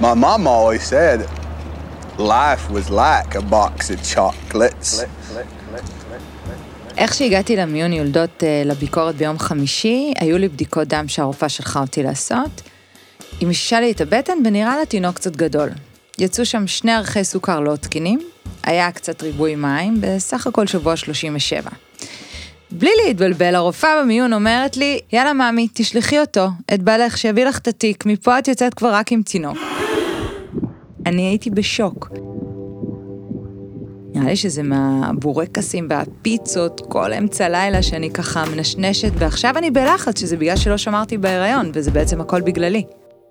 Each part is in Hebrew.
My mom always said life was like a box of chocolates. איך שהגעתי למיון יולדות לביקורת ביום חמישי, היו לי בדיקות דם שהרופאה שלחה אותי לעשות. היא משישה לי את הבטן ונראה לה תינוק קצת גדול. יצאו שם 2 ערכי סוכר לא תקינים, היה קצת ריבוי מים, בסך הכל שבוע 37. בלי להתבלבל, הרופאה במיון אומרת לי, יאללה מאמי, תשלחי אותו, את בעלך שיביא לך את התיק, מפה את יוצאת כבר רק עם תינוק. אני הייתי בשוק. נראה לי שזה מהבורקסים והפיצות, כל אמצע לילה שאני ככה מנשנשת, ועכשיו אני בלחץ, שזה בגלל שלא שמרתי בהיריון, וזה בעצם הכל בגללי.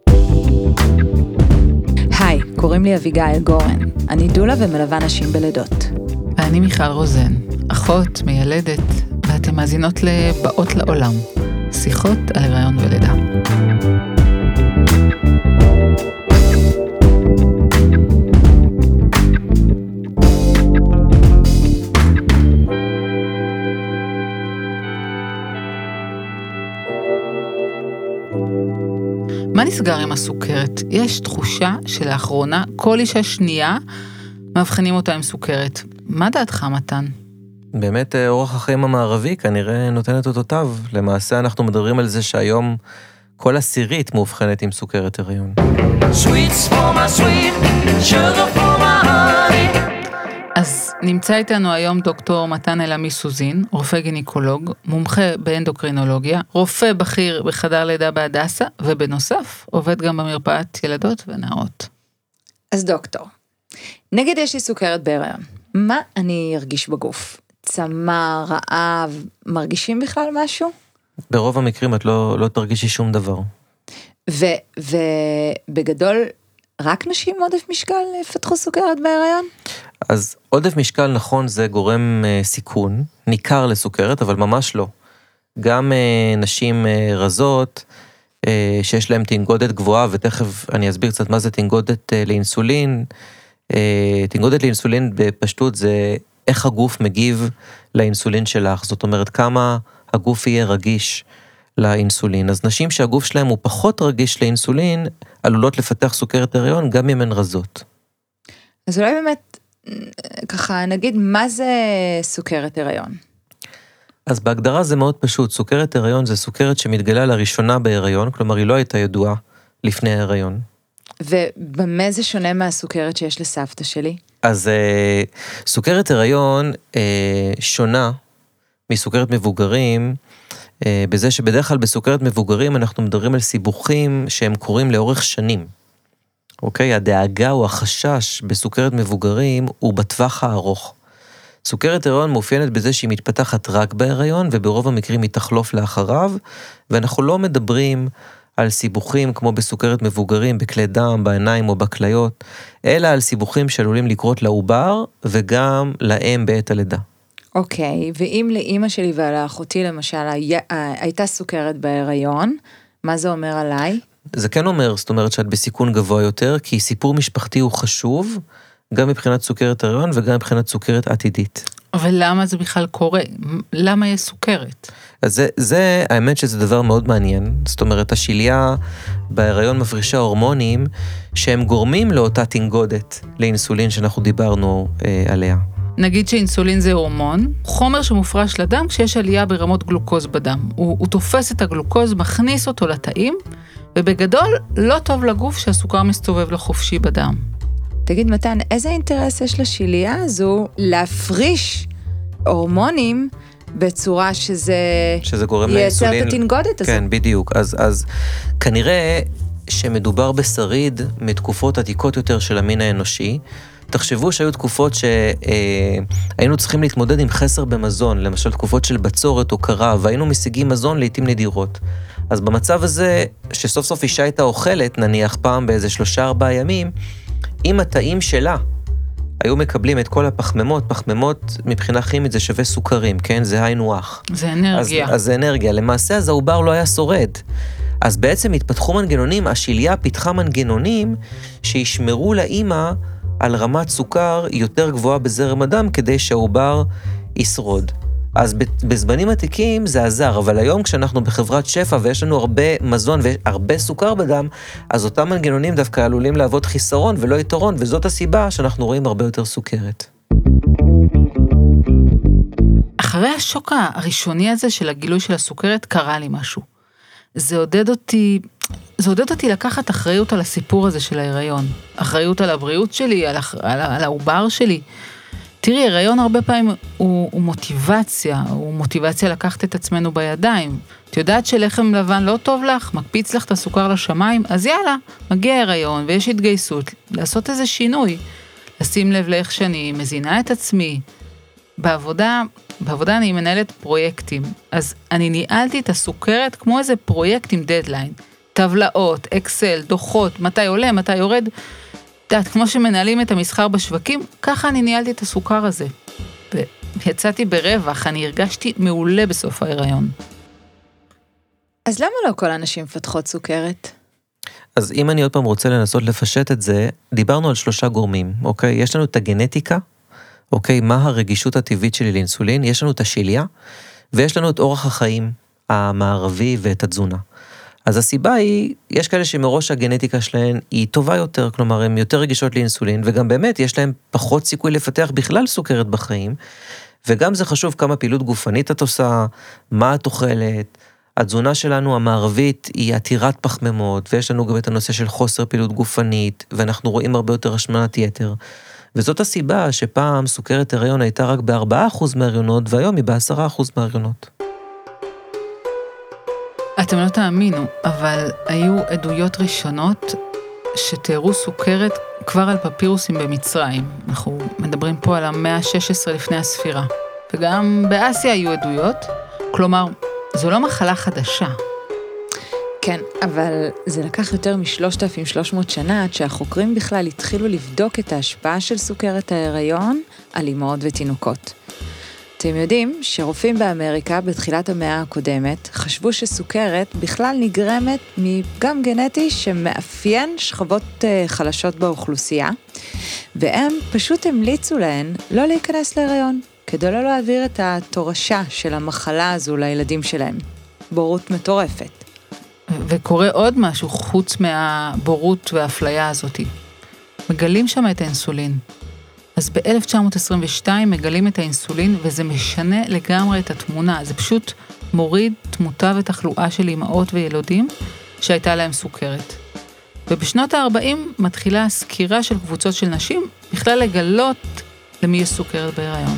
היי, קוראים לי אביגיל גורן. אני דולה ומלווה נשים בלידות. ואני מיכל רוזן, אחות, מיילדת, ואתם מאזינות לבאות לעולם. שיחות על הריון ולידה. מה נסגר עם הסוכרת? יש תחושה שלאחרונה כל אישה שנייה מאבחנים אותה עם סוכרת. מה דעתך, מתן? באמת אורח החיים המערבי כנראה נותנת אותותיו. למעשה אנחנו מדברים על זה שהיום כל עשירית מאובחנת עם סוכרת הריון. אז נמצא איתנו היום דוקטור מתן אלעמי סוזין, רופא גינקולוג, מומחה באנדוקרינולוגיה, רופא בכיר בחדר לידה בהדסה, ובנוסף עובד גם במרפאת ילדות ונערות. אז דוקטור, נגיד יש לי סוכרת בהיריון, מה אני ארגיש בגוף? צמא, רעב, מרגישים בכלל משהו? ברוב המקרים את לא תרגישי שום דבר. ובגדול, רק נשים עם עודף משקל יפתחו סוכרת בהיריון? אז עודף משקל נכון זה גורם סיכון, ניכר לסוכרת, אבל ממש לא. גם נשים רזות, שיש להן תנגודת גבוהה, ותכף אני אסביר קצת מה זה תנגודת לאינסולין. תנגודת לאינסולין בפשטות זה איך הגוף מגיב לאינסולין שלך, זאת אומרת כמה הגוף יהיה רגיש לאינסולין. אז נשים שהגוף שלהם הוא פחות רגיש לאינסולין, עלולות לפתח סוכרת הריון גם אם הן רזות. אז אולי באמת, ככה נגיד, מה זה סוכרת הריון? אז בהגדרה זה מאוד פשוט, סוכרת הריון זה סוכרת שמתגלה לראשונה בהיריון, כלומר היא לא הייתה ידועה לפני ההיריון. ובמה זה שונה מהסוכרת שיש לסבתא שלי? אז סוכרת הריון שונה מסוכרת מבוגרים, בזה שבדרך כלל בסוכרת מבוגרים אנחנו מדברים על סיבוכים שהם קורים לאורך שנים. אוקיי? הדאגה או החשש בסוכרת מבוגרים הוא בטווח הארוך. סוכרת הריון מאופיינת בזה שהיא מתפתחת רק בהיריון, וברוב המקרים היא תחלוף לאחריו, ואנחנו לא מדברים על סיבוכים כמו בסוכרת מבוגרים, בכלי דם, בעיניים או בכליות, אלא על סיבוכים שעלולים לקרות לעובר, וגם לאם בעת הלידה. אוקיי, ואם לאמא שלי ולאחותי למשל הייתה סוכרת בהיריון, מה זה אומר עליי? זה כן אומר, זאת אומרת שאת בסיכון גבוה יותר, כי סיפור משפחתי הוא חשוב, גם מבחינת סוכרת הריון וגם מבחינת סוכרת עתידית. אבל למה זה בכלל קורה? למה יש סוכרת? אז זה האמת שזה דבר מאוד מעניין, זאת אומרת השיליה בהיריון מפרישה הורמונים שהם גורמים לאותה תנגודת לאינסולין שאנחנו דיברנו עליה. נגיד שאינסולין זה הורמון, חומר שמופרש לדם כשיש עלייה ברמות גלוקוז בדם. הוא תופס את הגלוקוז, מכניס אותו לתאים, ובגדול לא טוב לגוף שהסוכר מסתובב לחופשי בדם. תגיד מתן, איזה אינטרס יש לשיליה הזו להפריש הורמונים בצורה שזה גורם ייצר לאינסולין? את התנגודת הזו? כן, בדיוק. אז כנראה שמדובר בשריד מתקופות עתיקות יותר של המין האנושי. תחשבו שהיו תקופות שהיינו צריכים להתמודד עם חסר במזון, למשל תקופות של בצורת או קרה, והיינו משיגים מזון לעתים נדירות. אז במצב הזה, שסוף סוף אישה הייתה אוכלת, נניח פעם באיזה 3-4 ימים, אם התאים שלה היו מקבלים את כל הפחמימות, פחמימות מבחינה כימית זה שווה סוכרים, כן? זה היינו אח. זה אנרגיה. אז זה אנרגיה. למעשה אז העובר לא היה שורד. אז בעצם התפתחו מנגנונים, השיליה פיתחה מנגנונים שישמרו לאמא על רמת סוכר יותר גבוהה בזרם הדם כדי שהעובר ישרוד. אז בזמנים עתיקים זה עזר, אבל היום כשאנחנו בחברת שפע ויש לנו הרבה מזון והרבה סוכר בדם, אז אותם מנגנונים דווקא עלולים להוות חיסרון ולא יתרון, וזאת הסיבה שאנחנו רואים הרבה יותר סוכרת. אחרי השוק הראשוני הזה של הגילוי של הסוכרת, קרה לי משהו. זה עודד אותי לקחת אחריות על הסיפור הזה של ההיריון. אחריות על הבריאות שלי, על העובר שלי. תראי, הריון הרבה פעמים הוא מוטיבציה לקחת את עצמנו בידיים. את יודעת שלחם לבן לא טוב לך, מקפיץ לך את הסוכר לשמיים, אז יאללה, מגיע הריון ויש התגייסות, לעשות איזה שינוי, לשים לב לאיך שאני מזינה את עצמי. בעבודה אני מנהלת פרויקטים, אז אני ניהלתי את הסוכרת כמו איזה פרויקט עם דדליין, טבלאות, אקסל, דוחות, מתי עולה, מתי יורד, כמו שמנהלים את המסחר בשווקים, ככה אני ניהלתי את הסוכר הזה. ויצאתי ברווח, אני הרגשתי מעולה בסוף ההיריון. אז למה לא כל הנשים מפתחות סוכרת? אז אם אני עוד פעם רוצה לנסות לפשט את זה, דיברנו על 3 גורמים, אוקיי? יש לנו את הגנטיקה, אוקיי? מה הרגישות הטבעית שלי לאינסולין? יש לנו את השיליה, ויש לנו את אורח החיים המערבי ואת התזונה. אז הסיבה היא, יש כאלה שמראש הגנטיקה שלהן היא טובה יותר, כלומר, הן יותר רגישות לאינסולין, וגם באמת יש להן פחות סיכוי לפתח בכלל סוכרת בחיים, וגם זה חשוב כמה פעילות גופנית את עושה, מה את אוכלת, התזונה שלנו המערבית היא עתירת פחמימות, ויש לנו גם את הנושא של חוסר פעילות גופנית, ואנחנו רואים הרבה יותר השמנת יתר, וזאת הסיבה שפעם סוכרת הריון הייתה רק ב4% מההריונות, והיום היא ב10% מההריונות. אתם לא תאמינו, אבל היו עדויות ראשונות שתיארו סוכרת כבר על פפירוסים במצרים. אנחנו מדברים פה על המאה ה-16 לפני הספירה. וגם באסיה היו עדויות, כלומר, זו לא מחלה חדשה. כן, אבל זה לקח יותר מ-3,300 שנה עד שהחוקרים בכלל התחילו לבדוק את ההשפעה של סוכרת ההיריון על אמהות ותינוקות. אתם יודעים שרופאים באמריקה בתחילת המאה הקודמת חשבו שסוכרת בכלל נגרמת מפגם גנטי שמאפיין שכבות חלשות באוכלוסייה, והם פשוט המליצו להן לא להיכנס להיריון, כדי לא להעביר את התורשה של המחלה הזו לילדים שלהם. בורות מטורפת. וקורה עוד משהו חוץ מהבורות והאפליה הזאת. מגלים שם את האינסולין. אז ב-1922 מגלים את האינסולין, וזה משנה לגמרי את התמונה. זה פשוט מוריד תמותה ותחלואה של אמהות וילודים שהייתה להם סוכרת. ובשנות ה-40 מתחילה סקירה של קבוצות של נשים, בכלל לגלות למי יש סוכרת בהיריון.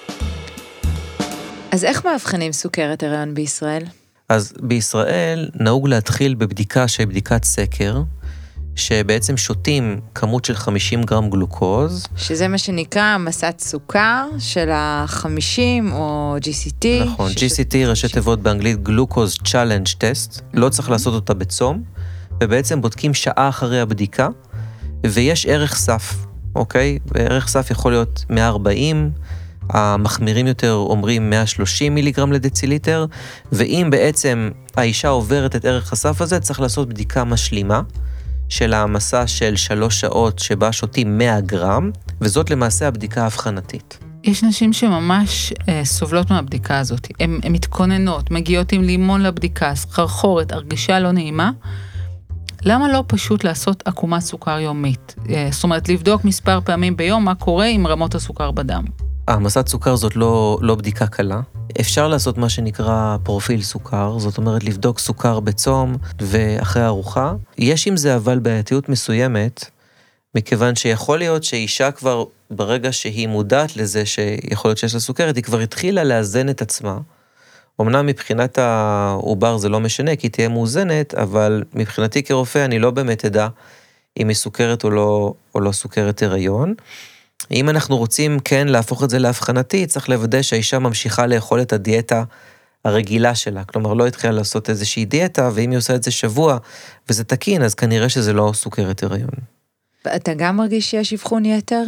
אז איך מאבחנים סוכרת הריון בישראל? אז בישראל נהוג להתחיל בבדיקה שהיא בדיקת סקר, שבעצם שותים כמות של 50 גרם גלוקוז. שזה מה שנקרא מסת סוכר של ה-50 או GCT. נכון, GCT ראשי תיבות באנגלית גלוקוז צ'אלנג' טסט, לא צריך לעשות אותה בצום, ובעצם בודקים שעה אחרי הבדיקה, ויש ערך סף, אוקיי? וערך סף יכול להיות 140, המחמירים יותר אומרים 130 מיליגרם לדציליטר, ואם בעצם האישה עוברת את ערך הסף הזה, צריך לעשות בדיקה משלימה, של העמסה של 3 שעות שבה שותים 100 גרם, וזאת למעשה הבדיקה ההבחנתית. יש נשים שממש סובלות מהבדיקה הזאת. הן מתכוננות, מגיעות עם לימון לבדיקה, סחרחורת, הרגישה לא נעימה. למה לא פשוט לעשות עקומת סוכר יומית? זאת אומרת, לבדוק מספר פעמים ביום מה קורה עם רמות הסוכר בדם. העמסת סוכר זאת לא בדיקה קלה. אפשר לעשות מה שנקרא פרופיל סוכר, זאת אומרת לבדוק סוכר בצום ואחרי ארוחה. יש עם זה אבל בעייתיות מסוימת, מכיוון שיכול להיות שאישה כבר ברגע שהיא מודעת לזה שיכול להיות שיש לה סוכרת, היא כבר התחילה לאזן את עצמה. אמנם מבחינת העובר זה לא משנה, כי תהיה מאוזנת, אבל מבחינתי כרופא אני לא באמת אדע אם היא סוכרת או לא סוכרת הריון. אם אנחנו רוצים כן להפוך את זה להבחנתי, צריך לוודא שהאישה ממשיכה לאכול את הדיאטה הרגילה שלה, כלומר לא התחילה לעשות איזושהי דיאטה, ואם היא עושה את זה שבוע וזה תקין, אז כנראה שזה לא סוכרת הריון. אתה גם מרגיש שיש אבחון יתר?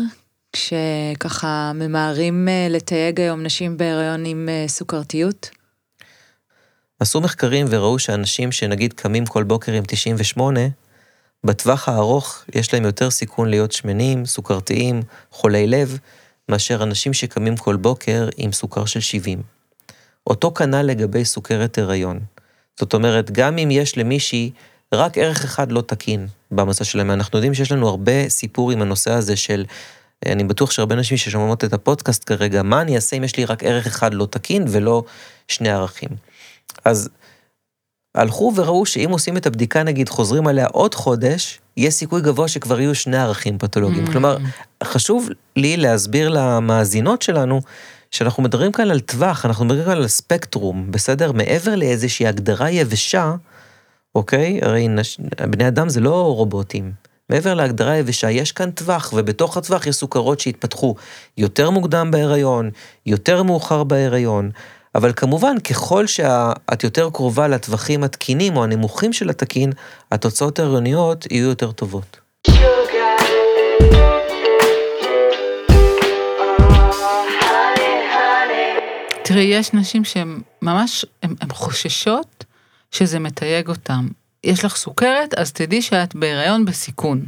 כשככה ממהרים לתייג היום נשים בהיריון עם סוכרתיות? עשו מחקרים וראו שאנשים שנגיד קמים כל בוקר עם 98, בטווח הארוך יש להם יותר סיכון להיות שמנים, סוכרתיים, חולי לב, מאשר אנשים שקמים כל בוקר עם סוכר של 70. אותו כנ"ל לגבי סוכרת הריון. זאת אומרת, גם אם יש למישהי רק ערך אחד לא תקין במסע שלהם, אנחנו יודעים שיש לנו הרבה סיפור עם הנושא הזה של, אני בטוח שהרבה אנשים ששומעות את הפודקאסט כרגע, מה אני אעשה אם יש לי רק ערך אחד לא תקין ולא שני ערכים. אז הלכו וראו שאם עושים את הבדיקה, נגיד, חוזרים עליה עוד חודש, יש סיכוי גבוה שכבר יהיו שני ערכים פתולוגיים. כלומר, חשוב לי להסביר למאזינות שלנו, שאנחנו מדברים כאן על טווח, אנחנו מדברים כאן על ספקטרום, בסדר? מעבר לאיזושהי הגדרה יבשה, אוקיי? הרי בני אדם זה לא רובוטים. מעבר להגדרה יבשה, יש כאן טווח, ובתוך הטווח יש סוכרות שהתפתחו יותר מוקדם בהיריון, יותר מאוחר בהיריון, אבל כמובן, ככל שאת יותר קרובה לטווחים התקינים או הנמוכים של התקין, התוצאות ההיריוניות יהיו יותר טובות. תראי, יש נשים שהן ממש, הן חוששות שזה מתייג אותם. יש לך סוכרת, אז תדעי שאת בהיריון בסיכון.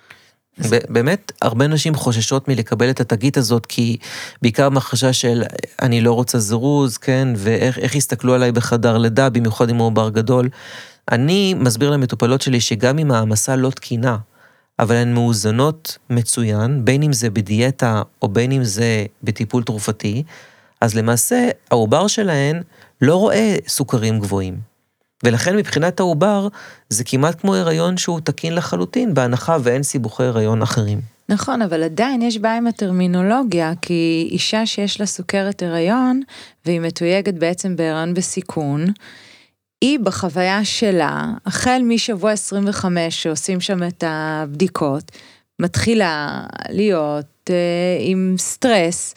באמת, הרבה נשים חוששות מלקבל את התגית הזאת, כי בעיקר מהחשש של אני לא רוצה זירוז, כן, ואיך יסתכלו עליי בחדר לידה, במיוחד עם העובר גדול. אני מסביר למטופלות שלי שגם אם העמסה לא תקינה, אבל הן מאוזנות מצוין, בין אם זה בדיאטה או בין אם זה בטיפול תרופתי, אז למעשה העובר שלהן לא רואה סוכרים גבוהים. ולכן מבחינת העובר, זה כמעט כמו הריון שהוא תקין לחלוטין, בהנחה ואין סיבוכי הריון אחרים. נכון, אבל עדיין יש בעיה עם הטרמינולוגיה, כי אישה שיש לה סוכרת הריון, והיא מתויגת בעצם בהיריון בסיכון, היא בחוויה שלה, החל משבוע 25 שעושים שם את הבדיקות, מתחילה להיות עם סטרס,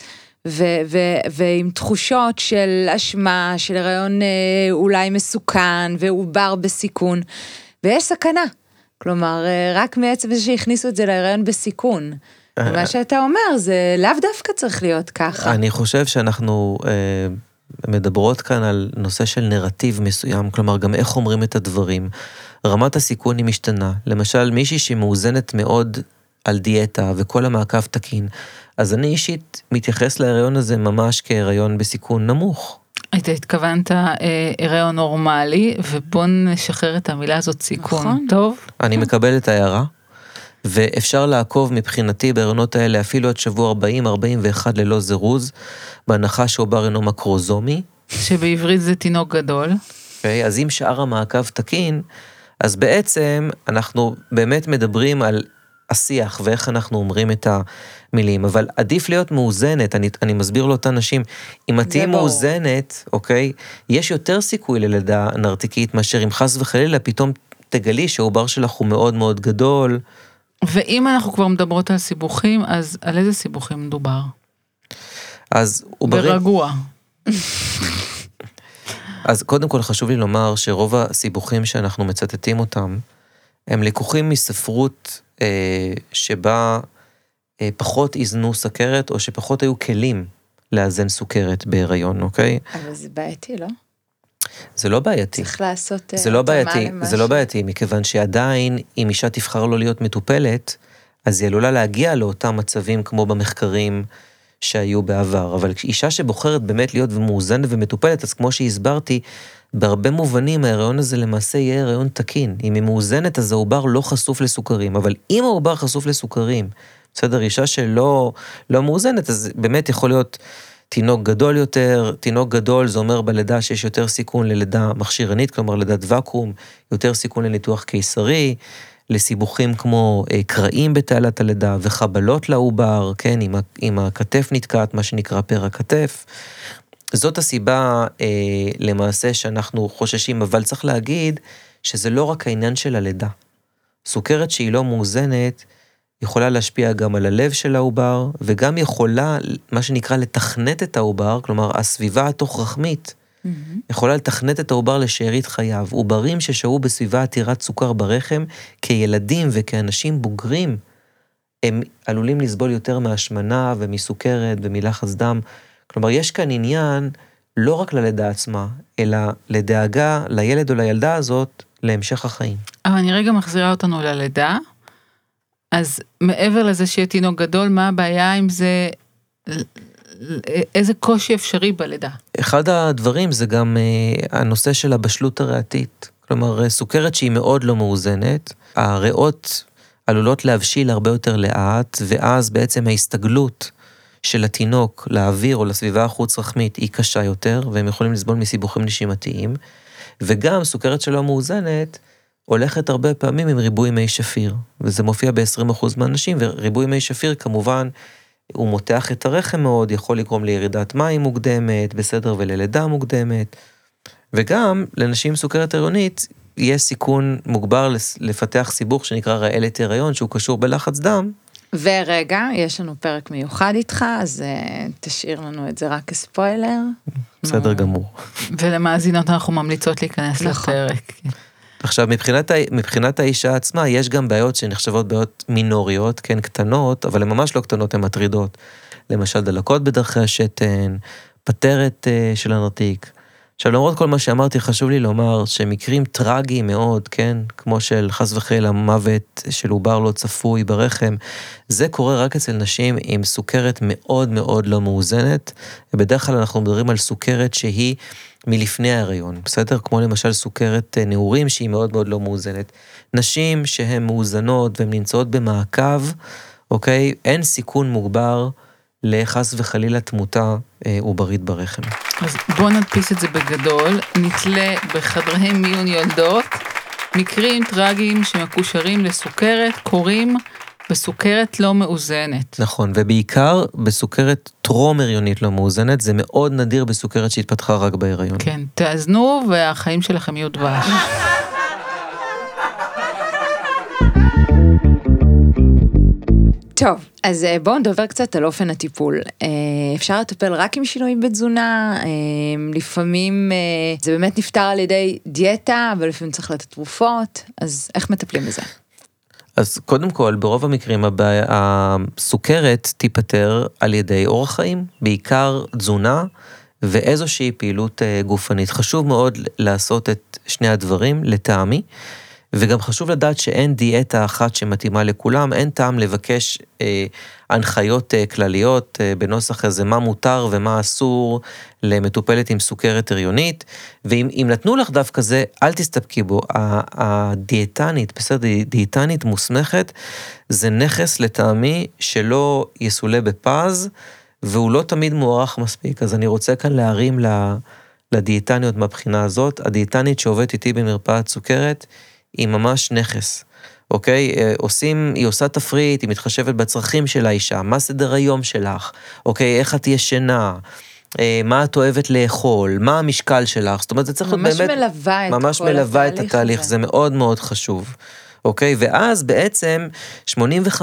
ועם תחושות של אשמה, של הריון אולי מסוכן, ועובר בסיכון, ויש סכנה. כלומר, רק מעצם זה שהכניסו את זה להיריון בסיכון. ומה שאתה אומר, זה לאו דווקא צריך להיות ככה. אני חושב שאנחנו מדברות כאן על נושא של נרטיב מסוים, כלומר, גם איך אומרים את הדברים. רמת הסיכון היא משתנה. למשל, מישהי שמאוזנת מאוד על דיאטה, וכל המעקב תקין, אז אני אישית מתייחס להיריון הזה ממש כהיריון בסיכון נמוך. היית התכוונת הריון נורמלי, ובוא נשחרר את המילה הזאת סיכון. נכון. טוב? אני מקבל את ההערה, ואפשר לעקוב מבחינתי בהיריונות האלה אפילו עד שבוע 40-41 ללא זירוז, בהנחה שעובר אינו מקרוזומי. שבעברית זה תינוק גדול. Okay, אז אם שאר המעקב תקין, אז בעצם אנחנו באמת מדברים על השיח ואיך אנחנו אומרים את המילים, אבל עדיף להיות מאוזנת, אני מסביר לאותן נשים, אם את תהיי מאוזנת, אוקיי, יש יותר סיכוי ללידה נרתיקית, מאשר אם חס וחלילה פתאום תגלי שהעובר שלך הוא מאוד מאוד גדול. ואם אנחנו כבר מדברות על סיבוכים, אז על איזה סיבוכים מדובר? אז עוברים... ברגוע. אז קודם כל חשוב לי לומר שרוב הסיבוכים שאנחנו מצטטים אותם, הם לקוחים מספרות שבה פחות איזנו סוכרת, או שפחות היו כלים לאזן סוכרת בהיריון, אוקיי? אבל זה בעייתי, לא? זה לא בעייתי. צריך לעשות... זה לא בעייתי, מכיוון שעדיין, אם אישה תבחר לא להיות מטופלת, אז היא עלולה להגיע לאותם מצבים כמו במחקרים שהיו בעבר. אבל אישה שבוחרת באמת להיות מאוזנת ומטופלת, אז כמו שהסברתי, בהרבה מובנים ההיריון הזה למעשה יהיה הריון תקין. אם היא מאוזנת, אז העובר לא חשוף לסוכרים. אבל אם העובר חשוף לסוכרים, בסדר, אישה שלא מאוזנת, אז באמת יכול להיות תינוק גדול יותר. תינוק גדול זה אומר בלידה שיש יותר סיכון ללידה מכשירנית, כלומר לידת ואקום, יותר סיכון לניתוח קיסרי, לסיבוכים כמו קרעים בתעלת הלידה וחבלות לעובר, כן, עם הכתף נתקעת, מה שנקרא פרע כתף. זאת הסיבה למעשה שאנחנו חוששים, אבל צריך להגיד שזה לא רק העניין של הלידה. סוכרת שהיא לא מאוזנת, יכולה להשפיע גם על הלב של העובר, וגם יכולה, מה שנקרא, לתכנת את העובר, כלומר, הסביבה התוך רחמית, יכולה לתכנת את העובר לשארית חייו. עוברים ששהו בסביבה עתירת סוכר ברחם, כילדים וכאנשים בוגרים, הם עלולים לסבול יותר מהשמנה ומסוכרת ומלחץ דם. כלומר, יש כאן עניין לא רק ללידה עצמה, אלא לדאגה לילד או לילדה הזאת להמשך החיים. אבל אני רגע מחזירה אותנו ללידה, אז מעבר לזה שיהיה תינוק גדול, מה הבעיה עם זה, איזה קושי אפשרי בלידה? אחד הדברים זה גם הנושא של הבשלות הריאתית. כלומר, סוכרת שהיא מאוד לא מאוזנת, הריאות עלולות להבשיל הרבה יותר לאט, ואז בעצם ההסתגלות של התינוק לאוויר או לסביבה החוץ רחמית היא קשה יותר, והם יכולים לסבול מסיבוכים נשימתיים, וגם סוכרת שלא מאוזנת, הולכת הרבה פעמים עם ריבוי מי שפיר, וזה מופיע ב-20% מהאנשים, וריבוי מי שפיר כמובן, הוא מותח את הרחם מאוד, יכול לגרום לירידת מים מוקדמת, בסדר, וללידה מוקדמת, וגם לנשים עם סוכרת הריונית, יש סיכון מוגבר לפתח סיבוך שנקרא רעלת הריון, שהוא קשור בלחץ דם. ורגע, יש לנו פרק מיוחד איתך, אז תשאיר לנו את זה רק כספוילר. בסדר גמור. ולמאזינות אנחנו ממליצות להיכנס לפרק. עכשיו, מבחינת האישה עצמה, יש גם בעיות שנחשבות בעיות מינוריות, כן, קטנות, אבל הן ממש לא קטנות, הן מטרידות. למשל, דלקות בדרכי השתן, פטרת של הנרתיק. עכשיו, למרות כל מה שאמרתי, חשוב לי לומר שמקרים טרגיים מאוד, כן, כמו של חס וחלילה מוות של עובר לא צפוי ברחם, זה קורה רק אצל נשים עם סוכרת מאוד מאוד לא מאוזנת, ובדרך כלל אנחנו מדברים על סוכרת שהיא מלפני ההיריון, בסדר? כמו למשל סוכרת נעורים שהיא מאוד מאוד לא מאוזנת. נשים שהן מאוזנות והן נמצאות במעקב, אוקיי? אין סיכון מוגבר לחס וחלילה תמותה עוברית ברחם. אז בואו נדפיס את זה בגדול, נתלה בחדרי מיון יולדות, מקרים טרגיים שמקושרים לסוכרת, קורים בסוכרת לא מאוזנת. נכון, ובעיקר בסוכרת טרום הריונית לא מאוזנת, זה מאוד נדיר בסוכרת שהתפתחה רק בהיריון. כן, תאזנו והחיים שלכם יהיו דבש. טוב, אז בואו נדבר קצת על אופן הטיפול. אפשר לטפל רק עם שינויים בתזונה, לפעמים זה באמת נפתר על ידי דיאטה, אבל לפעמים צריך לתת תרופות, אז איך מטפלים בזה? אז קודם כל, ברוב המקרים הסוכרת תיפטר על ידי אורח חיים, בעיקר תזונה ואיזושהי פעילות גופנית. חשוב מאוד לעשות את שני הדברים, לטעמי, וגם חשוב לדעת שאין דיאטה אחת שמתאימה לכולם, אין טעם לבקש הנחיות כלליות בנוסח הזה, מה מותר ומה אסור למטופלת עם סוכרת הריונית, ואם נתנו לך דווקא זה, אל תסתפקי בו, הדיאטנית, בסדר, דיאטנית מוסמכת, זה נכס לטעמי שלא יסולה בפז, והוא לא תמיד מוערך מספיק, אז אני רוצה כאן להרים לדיאטניות מהבחינה הזאת, הדיאטנית שעובדת איתי במרפאת סוכרת, היא ממש נכס, אוקיי? היא עושה תפריט, היא מתחשבת בצרכים של האישה, מה סדר היום שלך, אוקיי? איך את ישנה, מה את אוהבת לאכול, מה המשקל שלך, זאת אומרת, זה צריך להיות באמת, ממש מלווה את התהליך, זה מאוד מאוד חשוב, אוקיי? ואז בעצם 85%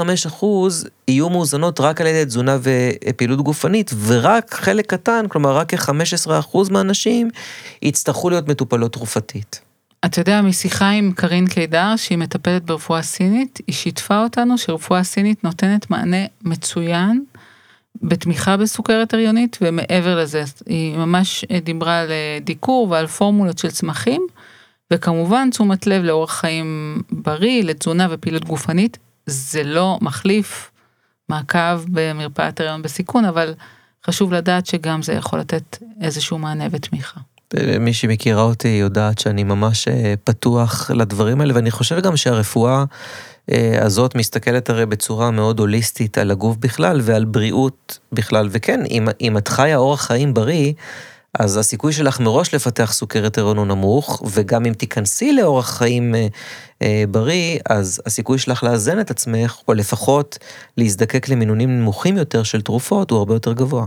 יהיו מאוזנות רק על ידי תזונה ופעילות גופנית, ורק חלק קטן, כלומר רק כ-15% מהאנשים, יצטרכו להיות מטופלות תרופתית. אתה יודע, משיחה עם קרין קידר, שהיא מטפלת ברפואה סינית, היא שיתפה אותנו שרפואה סינית נותנת מענה מצוין, בתמיכה בסוכרת הריונית, ומעבר לזה, היא ממש דיברה על דיקור ועל פורמולות של צמחים, וכמובן תשומת לב לאורח חיים בריא, לתזונה ופעילות גופנית, זה לא מחליף מעקב במרפאת הריון בסיכון, אבל חשוב לדעת שגם זה יכול לתת איזשהו מענה ותמיכה. מי שמכירה אותי יודעת שאני ממש פתוח לדברים האלה, ואני חושב גם שהרפואה הזאת מסתכלת הרי בצורה מאוד הוליסטית על הגוף בכלל ועל בריאות בכלל, וכן, אם את חיה אורח חיים בריא, אז הסיכוי שלך מראש לפתח סוכרת הריון הוא נמוך, וגם אם תיכנסי לאורח חיים בריא, אז הסיכוי שלך לאזן את עצמך, או לפחות להזדקק למינונים נמוכים יותר של תרופות, הוא הרבה יותר גבוה.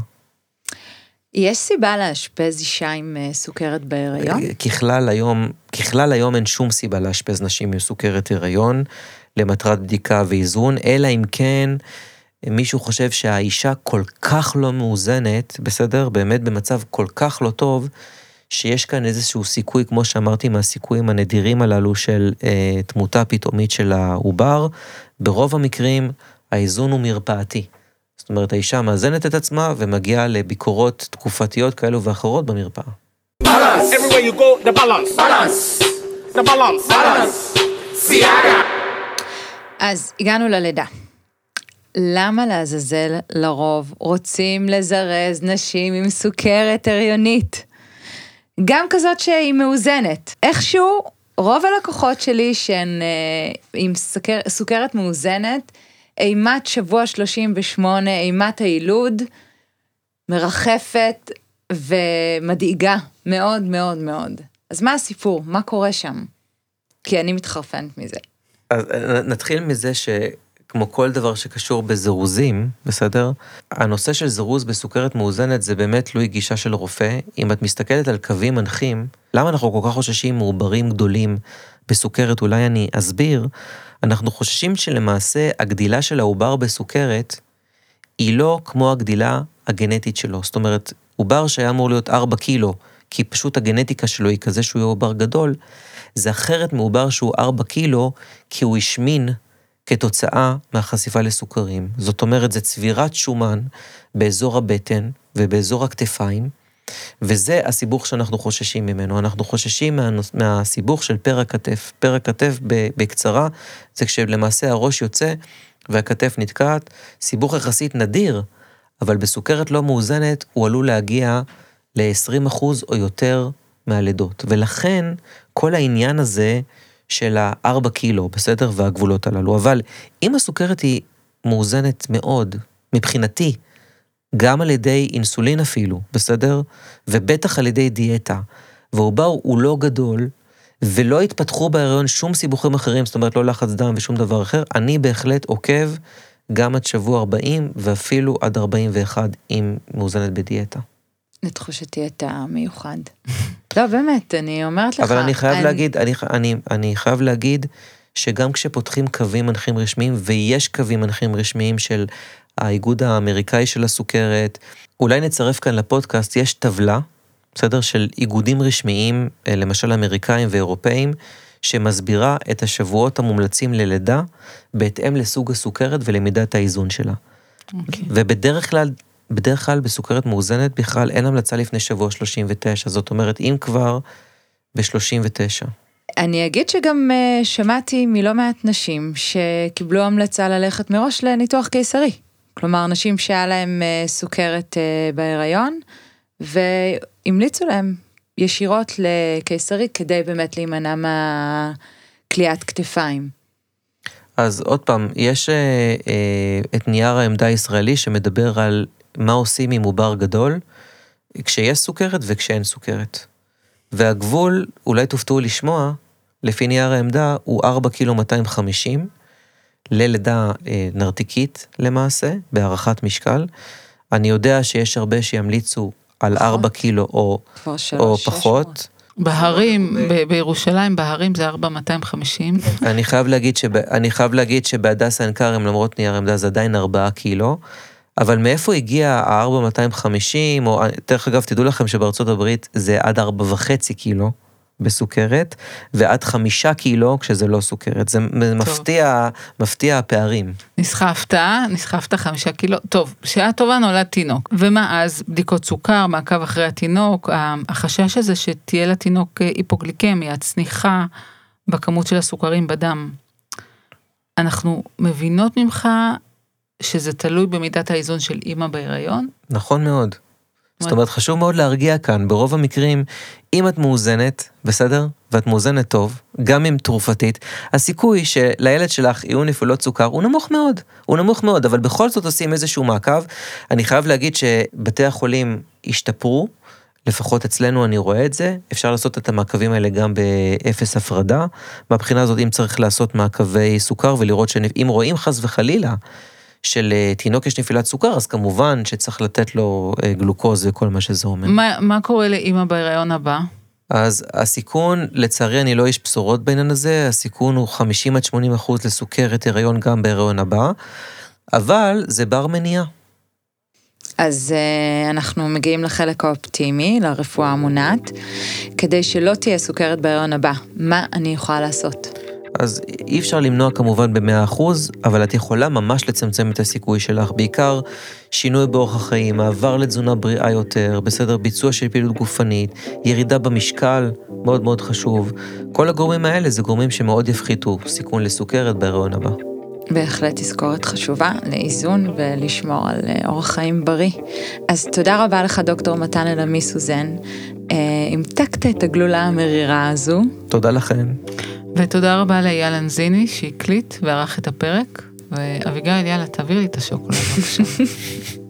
יש סיבה לאשפז אישה עם סוכרת בהיריון? ככלל היום אין שום סיבה לאשפז נשים עם סוכרת הריון, למטרת בדיקה ואיזון, אלא אם כן מישהו חושב שהאישה כל כך לא מאוזנת, בסדר? באמת במצב כל כך לא טוב, שיש כאן איזשהו סיכוי, כמו שאמרתי, מהסיכויים הנדירים הללו של תמותה פתאומית של העובר, ברוב המקרים האיזון הוא מרפאתי. זאת אומרת, האישה מאזנת את עצמה ומגיעה לביקורות תקופתיות כאלו ואחרות במרפאה. Balance. Everywhere you go, the balance. Balance. The balance. Balance. Ciara. אז הגענו ללידה. למה לעזאזל לרוב רוצים לזרז נשים עם סוכרת הריונית? גם כזאת שהיא מאוזנת. איכשהו, רוב הלקוחות שלי שהן עם סוכרת מאוזנת, אימת שבוע 38, אימת הילוד, מרחפת ומדאיגה מאוד מאוד מאוד. אז מה הסיפור? מה קורה שם? כי אני מתחרפנת מזה. אז נתחיל מזה שכמו כל דבר שקשור בזירוזים, בסדר? הנושא של זירוז בסוכרת מאוזנת זה באמת תלוי גישה של רופא. אם את מסתכלת על קווים מנחים, למה אנחנו כל כך חוששים מעוברים גדולים בסוכרת? אולי אני אסביר. אנחנו חוששים שלמעשה הגדילה של העובר בסוכרת היא לא כמו הגדילה הגנטית שלו. זאת אומרת, עובר שהיה אמור להיות 4 קילו, כי פשוט הגנטיקה שלו היא כזה שהוא יהיה עובר גדול, זה אחרת מעובר שהוא 4 קילו, כי הוא השמין כתוצאה מהחשיפה לסוכרים. זאת אומרת, זה צבירת שומן באזור הבטן ובאזור הכתפיים, וזה הסיבוך שאנחנו חוששים ממנו. אנחנו חוששים מהסיבוך של פר הכתף. פר הכתף בקצרה, זה כשלמעשה הראש יוצא והכתף נתקעת, סיבוך יחסית נדיר, אבל בסוכרת לא מאוזנת הוא עלול להגיע ל-20% או יותר מהלידות. ולכן כל העניין הזה של 4 קילו, בסדר? והגבולות הללו. אבל אם הסוכרת היא מאוזנת מאוד, מבחינתי, גם על ידי אינסולין אפילו, בסדר? ובטח על ידי דיאטה, והעובר הוא לא גדול, ולא התפתחו בהיריון שום סיבוכים אחרים, זאת אומרת לא לחץ דם ושום דבר אחר, אני בהחלט עוקב גם עד שבוע 40, ואפילו עד 41, אם מאוזנת בדיאטה. לתחושתי את המיוחד. לא, באמת, אני אומרת לך. אבל אני חייב להגיד, שגם כשפותחים קווים מנחים רשמיים, ויש קווים מנחים רשמיים של האיגוד האמריקאי של הסוכרת, אולי נצרף כאן לפודקאסט, יש טבלה, בסדר, של איגודים רשמיים, למשל אמריקאים ואירופאים, שמסבירה את השבועות המומלצים ללידה, בהתאם לסוג הסוכרת ולמידת האיזון שלה. ובדרך כלל בסוכרת מאוזנת בכלל אין המלצה לפני שבוע 39, זאת אומרת, אם כבר ב-39. אני אגיד שגם שמעתי מלא מעט נשים שקיבלו המלצה ללכת מראש לניתוח קיסרי. כלומר, נשים שהיה להם סוכרת בהיריון, והמליצו להם ישירות לקיסרי, כדי באמת להימנע מהקליעת כתפיים. אז עוד פעם, יש את נייר העמדה הישראלי שמדבר על מה עושים עם עובר גדול, כשיש סוכרת וכשאין סוכרת. והגבול, אולי תופתעו לשמוע, לפי נייר העמדה, הוא 4 קילו 250, ללידה נרתיקית למעשה, בהערכת משקל. אני יודע שיש הרבה שימליצו על 4 קילו או פחות. בהרים, בירושלים, בהרים זה 4,250. אני חייב להגיד שבהדסה עין כרם, למרות נייר עמדה, זה עדיין 4 קילו, אבל מאיפה הגיע ה-4,250, או דרך אגב, תדעו לכם שבארצות הברית זה עד 4.5 קילו בסוכרת, ועד 5 קילו כשזה לא סוכרת. זה מפתיע הפערים. נסחפת 5 קילו. טוב, שעה טובה נולד תינוק. ומה אז? בדיקות סוכר, מעקב אחרי התינוק, החשש הזה שתהיה לתינוק היפוגליקמיה, צניחה בכמות של הסוכרים בדם. אנחנו מבינות ממך שזה תלוי במידת האיזון של אמא בהיריון? נכון מאוד. זאת אומרת, חשוב מאוד להרגיע כאן, ברוב המקרים, אם את מאוזנת, בסדר? ואת מאוזנת טוב, גם אם תרופתית, הסיכוי שלילד שלך יהיו נפילות סוכר הוא נמוך מאוד, אבל בכל זאת עושים איזשהו מעקב. אני חייב להגיד שבתי החולים השתפרו, לפחות אצלנו אני רואה את זה, אפשר לעשות את המעקבים האלה גם באפס הפרדה, מהבחינה הזאת אם צריך לעשות מעקבי סוכר ולראות שאם רואים חס וחלילה, של תינוק יש נפילת סוכר, אז כמובן שצריך לתת לו גלוקוז וכל מה שזה אומר. מה קורה לאמא בהיריון הבא? אז הסיכון, לצערי אני לא איש בשורות בעניין הזה, הסיכון הוא 50-80% לסוכרת הריון גם בהיריון הבא, אבל זה בר מניעה. אז אנחנו מגיעים לחלק האופטימי, לרפואה המונעת, כדי שלא תהיה סוכרת בהיריון הבא. מה אני יכולה לעשות? אז אי אפשר למנוע כמובן ב100%, אבל את יכולה ממש לצמצם את הסיכוי שלך, בעיקר שינוי באורח החיים, מעבר לתזונה בריאה יותר, בסדר ביצוע של פעילות גופנית, ירידה במשקל, מאוד מאוד חשוב. כל הגורמים האלה זה גורמים שמאוד יפחיתו סיכון לסוכרת בהיריון הבא. בהחלט תזכורת חשובה לאיזון ולשמור על אורח חיים בריא. אז תודה רבה לך דוקטור מתן אלעמי סוזן, המתקת את הגלולה המרירה הזו. תודה לכם. ותודה רבה לאייל אנזיני שהקליט וערך את הפרק, ואביגיל, יאללה, תעביר לי את השוקולד בבקשה.